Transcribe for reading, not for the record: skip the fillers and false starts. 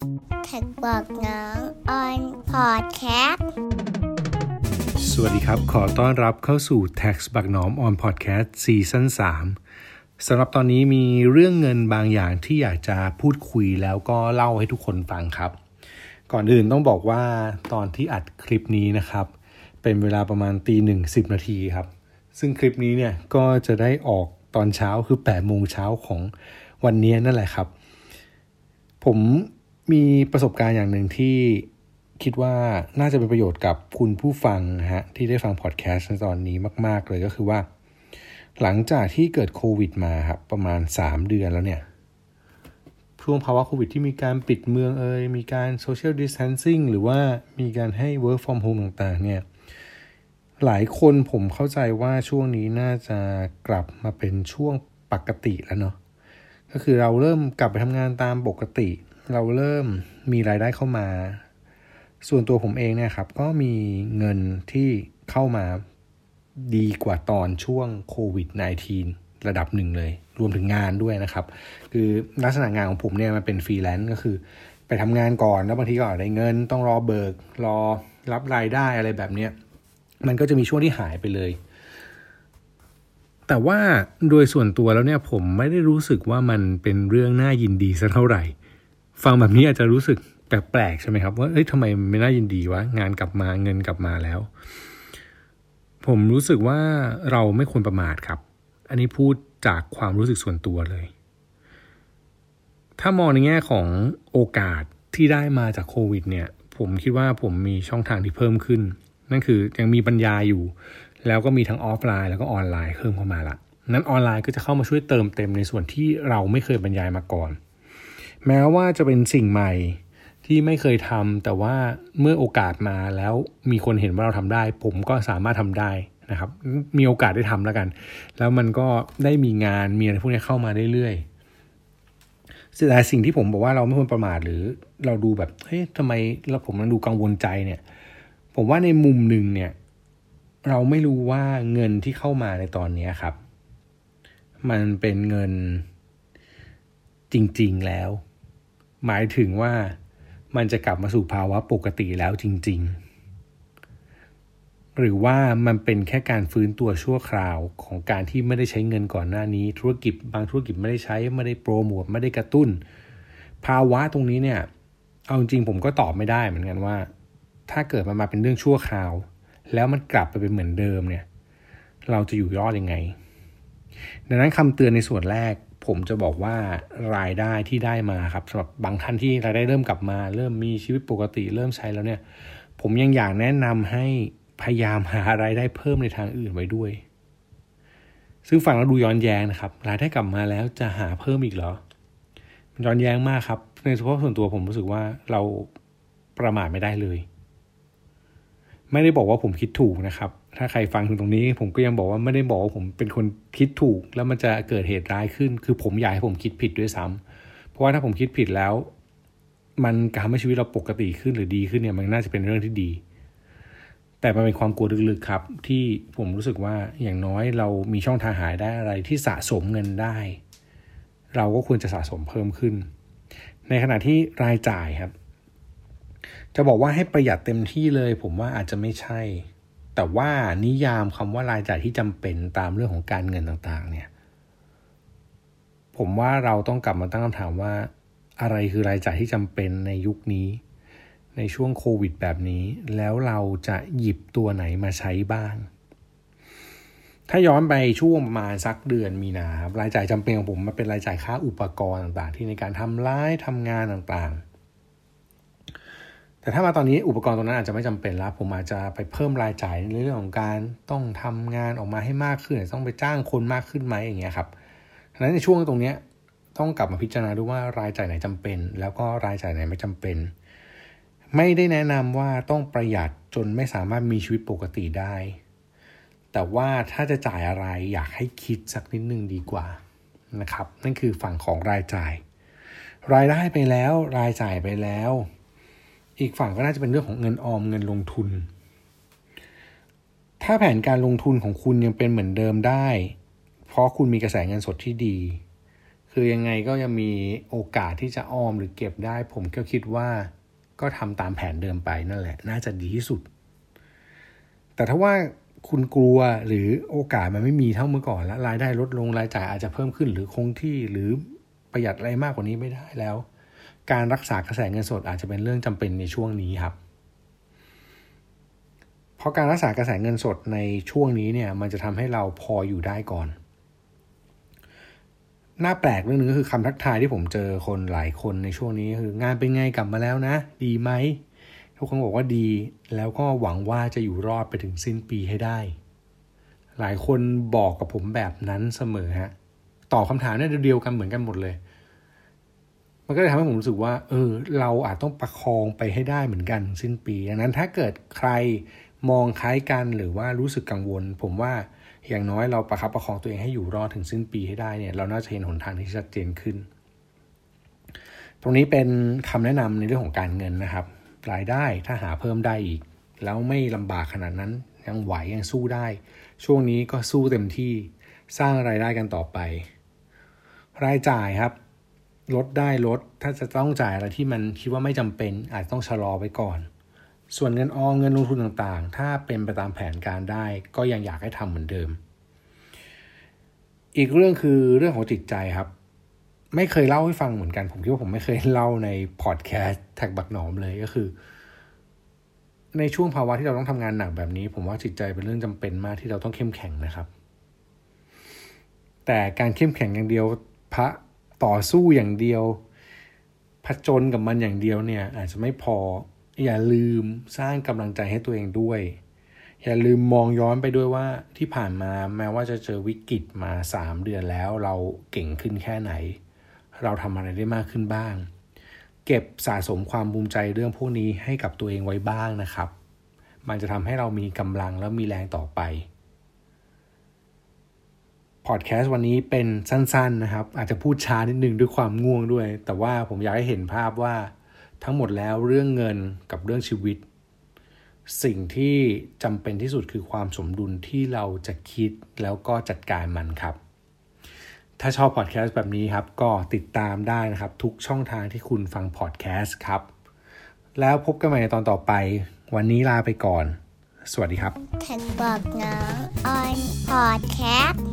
แท็กบอกน้องออนพอดแคสต์สวัสดีครับขอต้อนรับเข้าสู่ Tax บักหนอม on Podcast ซีซั่น 3 สำหรับตอนนี้มีเรื่องเงินบางอย่างที่อยากจะพูดคุยแล้วก็เล่าให้ทุกคนฟังครับก่อนอื่นต้องบอกว่าตอนที่อัดคลิปนี้นะครับเป็นเวลาประมาณ 1:10 นาทีครับซึ่งคลิปนี้เนี่ยก็จะได้ออกตอนเช้าคือ 8 โมงเช้าของวันนี้นั่นแหละครับผมมีประสบการณ์อย่างหนึ่งที่คิดว่าน่าจะเป็นประโยชน์กับคุณผู้ฟังนะฮะที่ได้ฟังพอดแคสต์ในตอนนี้มากๆเลยก็คือว่าหลังจากที่เกิดโควิดมาครับประมาณ3 เดือนแล้วเนี่ยช่วงภาวะโควิดที่มีการปิดเมืองมีการโซเชียลดิสแทนซิ่งหรือว่ามีการให้ work from home ต่างๆเนี่ยหลายคนผมเข้าใจว่าช่วงนี้น่าจะกลับมาเป็นช่วงปกติแล้วเนาะก็คือเราเริ่มกลับไปทำงานตามปกติเราเริ่มมีรายได้เข้ามาส่วนตัวผมเองเนี่ยครับก็มีเงินที่เข้ามาดีกว่าตอนช่วงโควิด -19 ระดับหนึ่งเลยรวมถึงงานด้วยนะครับคือลักษณะงานของผมเนี่ยมันเป็นฟรีแลนซ์ก็คือไปทำงานก่อนแล้วบางทีก็ได้เงินต้องรอเบิกรอรับรายได้อะไรแบบเนี้ยมันก็จะมีช่วงที่หายไปเลยแต่ว่าโดยส่วนตัวแล้วเนี่ยผมไม่ได้รู้สึกว่ามันเป็นเรื่องน่ายินดีสักเท่าไหร่ฟังแบบนี้อาจจะรู้สึกแปลกๆใช่ไหมครับว่าทำไมไม่น่ายินดีวะงานกลับมาเงินกลับมาแล้วผมรู้สึกว่าเราไม่ควรประมาทครับอันนี้พูดจากความรู้สึกส่วนตัวเลยถ้ามองในแง่ของโอกาสที่ได้มาจากโควิดเนี่ยผมคิดว่าผมมีช่องทางที่เพิ่มขึ้นนั่นคือยังมีปัญญาอยู่แล้วก็มีทั้งออฟไลน์แล้วก็ออนไลน์เพิ่มเข้ามาละนั้นออนไลน์ก็จะเข้ามาช่วยเติมเต็มในส่วนที่เราไม่เคยบรรยายมาก่อนแม้ว่าจะเป็นสิ่งใหม่ที่ไม่เคยทำแต่ว่าเมื่อโอกาสมาแล้วมีคนเห็นว่าเราทำได้ผมก็สามารถทำได้นะครับมีโอกาสได้ทำแล้วกันแล้วมันก็ได้มีงานมีอะไรพวกนี้เข้ามาเรื่อยๆแต่สิ่งที่ผมบอกว่าเราไม่ควรประมาทหรือเราดูแบบทำไมแล้วผมมันดูกังวลใจเนี่ยผมว่าในมุมหนึ่งเนี่ยเราไม่รู้ว่าเงินที่เข้ามาในตอนนี้ครับมันเป็นเงินจริงๆแล้วหมายถึงว่ามันจะกลับมาสู่ภาวะปกติแล้วจริงๆหรือว่ามันเป็นแค่การฟื้นตัวชั่วคราวของการที่ไม่ได้ใช้เงินก่อนหน้านี้ธุรกิจบางธุรกิจไม่ได้ใช้ไม่ได้โปรโมทไม่ได้กระตุ้นภาวะตรงนี้เนี่ยเอาจริงผมก็ตอบไม่ได้เหมือนกันว่าถ้าเกิดมันมาเป็นเรื่องชั่วคราวแล้วมันกลับไปเป็นเหมือนเดิมเนี่ยเราจะอยู่รอดยังไงดังนั้นคำเตือนในส่วนแรกผมจะบอกว่ารายได้ที่ได้มาครับสำหรับบางท่านที่รายได้เริ่มกลับมาเริ่มมีชีวิตปกติเริ่มใช้แล้วเนี่ยผมยังอยากแนะนำให้พยายามหารายได้เพิ่มในทางอื่นไว้ด้วยซึ่งฟังแล้วดูย้อนแย้งนะครับรายได้กลับมาแล้วจะหาเพิ่มอีกเหรอมันย้อนแย้งมากครับในเฉพาะส่วนตัวผมรู้สึกว่าเราประมาทไม่ได้เลยไม่ได้บอกว่าผมคิดถูกนะครับถ้าใครฟังถึงตรงนี้ผมก็ยังบอกว่าไม่ได้บอกว่าผมเป็นคนคิดถูกแล้วมันจะเกิดเหตุร้ายขึ้นคือผมอยากให้ผมคิดผิดด้วยซ้ำเพราะว่าถ้าผมคิดผิดแล้วมันทำให้ชีวิตเราปกติขึ้นหรือดีขึ้นเนี่ยมันน่าจะเป็นเรื่องที่ดีแต่มันเป็นความกลัวลึกๆครับที่ผมรู้สึกว่าอย่างน้อยเรามีช่องทางหาได้อะไรที่สะสมเงินได้เราก็ควรจะสะสมเพิ่มขึ้นในขณะที่รายจ่ายครับจะบอกว่าให้ประหยัดเต็มที่เลยผมว่าอาจจะไม่ใช่แต่ว่านิยามคำว่ารายจ่ายที่จำเป็นตามเรื่องของการเงินต่างๆเนี่ยผมว่าเราต้องกลับมาตั้งคำถามว่าอะไรคือรายจ่ายที่จำเป็นในยุคนี้ในช่วงโควิดแบบนี้แล้วเราจะหยิบตัวไหนมาใช้บ้างถ้าย้อนไปช่วงประมาณสักเดือนมีนาครับรายจ่ายจำเป็นของผมมันเป็นรายจ่ายค่าอุปกรณ์ต่างๆที่ในการทำงานต่างๆแต่ถ้ามาตอนนี้อุปกรณ์ตรงนั้นอาจจะไม่จำเป็นแล้วผมอาจจะไปเพิ่มรายจ่ายในเรื่องของการต้องทำงานออกมาให้มากขึ้นต้องไปจ้างคนมากขึ้นไหมอย่างเงี้ยครับฉะนั้นในช่วงตรงนี้ต้องกลับมาพิจารณาดูว่ารายจ่ายไหนจำเป็นแล้วก็รายจ่ายไหนไม่จำเป็นไม่ได้แนะนำว่าต้องประหยัดจนไม่สามารถมีชีวิตปกติได้แต่ว่าถ้าจะจ่ายอะไรอยากให้คิดสักนิดนึงดีกว่านะครับนั่นคือฝั่งของรายจ่ายรายได้ไปแล้วรายจ่ายไปแล้วอีกฝั่งก็น่าจะเป็นเรื่องของเงินออมเงินลงทุนถ้าแผนการลงทุนของคุณยังเป็นเหมือนเดิมได้เพราะคุณมีกระแสเงินสดที่ดีคือยังไงก็ยังมีโอกาสที่จะออมหรือเก็บได้ผมก็คิดว่าก็ทำตามแผนเดิมไปนั่นแหละน่าจะดีที่สุดแต่ถ้าว่าคุณกลัวหรือโอกาสมันไม่มีเท่าเมื่อก่อนแล้วรายได้ลดลงรายจ่ายอาจจะเพิ่มขึ้นหรือคงที่หรือประหยัดอะไรมากกว่านี้ไม่ได้แล้วการรักษากระแสเงินสดอาจจะเป็นเรื่องจำเป็นในช่วงนี้ครับเพราะการรักษากระแสเงินสดในช่วงนี้เนี่ยมันจะทำให้เราพออยู่ได้ก่อนน่าแปลกเรื่องนึงก็คือคำทักทายที่ผมเจอคนหลายคนในช่วงนี้คืองานเป็นไงกลับมาแล้วนะดีไหมทุกคนบอกว่าดีแล้วก็หวังว่าจะอยู่รอดไปถึงสิ้นปีให้ได้หลายคนบอกกับผมแบบนั้นเสมอฮะตอบคำถามเนี่ยเดียวกันเหมือนกันหมดเลยมันก็เลยทำให้ผมรู้สึกว่าเราอาจต้องประคองไปให้ได้เหมือนกันสิ้นปีดังนั้นถ้าเกิดใครมองคล้ายกันหรือว่ารู้สึกกังวลผมว่าอย่างน้อยเราประคับประคองตัวเองให้อยู่รอดถึงสิ้นปีให้ได้เนี่ยเราน่าจะเห็นหนทางที่ชัดเจนขึ้นตรงนี้เป็นคำแนะนำในเรื่องของการเงินนะครับรายได้ถ้าหาเพิ่มได้อีกแล้วไม่ลำบากขนาดนั้นยังไหวยังสู้ได้ช่วงนี้ก็สู้เต็มที่สร้างรายได้กันต่อไปรายจ่ายครับลดได้ลดถ้าจะต้องจ่ายอะไรที่มันคิดว่าไม่จำเป็นอาจต้องชะลอไว้ก่อนส่วนเงินออมเงินลงทุนต่างๆถ้าเป็นไปตามแผนการได้ก็ยังอยากให้ทำเหมือนเดิมอีกเรื่องคือเรื่องของจิตใจครับไม่เคยเล่าให้ฟังเหมือนกันผมคิดว่าผมไม่เคยเล่าในพอดแคสต์แท็กบักหนอมเลยก็คือในช่วงภาวะที่เราต้องทำงานหนักแบบนี้ผมว่าจิตใจเป็นเรื่องจำเป็นมากที่เราต้องเข้มแข็งนะครับแต่การเข้มแข็งอย่างเดียวพระต่อสู้อย่างเดียวผจญกับมันอย่างเดียวเนี่ยอาจจะไม่พออย่าลืมสร้างกำลังใจให้ตัวเองด้วยอย่าลืมมองย้อนไปด้วยว่าที่ผ่านมาแม้ว่าจะเจอวิกฤตมา3 เดือนแล้วเราเก่งขึ้นแค่ไหนเราทำอะไรได้มากขึ้นบ้างเก็บสะสมความภูมิใจเรื่องพวกนี้ให้กับตัวเองไว้บ้างนะครับมันจะทำให้เรามีกำลังและมีแรงต่อไปพอดแคสต์วันนี้เป็นสั้นๆนะครับอาจจะพูดช้านิดนึงด้วยความง่วงด้วยแต่ว่าผมอยากให้เห็นภาพว่าทั้งหมดแล้วเรื่องเงินกับเรื่องชีวิตสิ่งที่จำเป็นที่สุดคือความสมดุลที่เราจะคิดแล้วก็จัดการมันครับถ้าชอบพอดแคสต์แบบนี้ครับก็ติดตามได้นะครับทุกช่องทางที่คุณฟังพอดแคสต์ครับแล้วพบกันใหม่ในตอนต่อไปวันนี้ลาไปก่อนสวัสดีครับแท็กบักน้องออนพอดแคสต์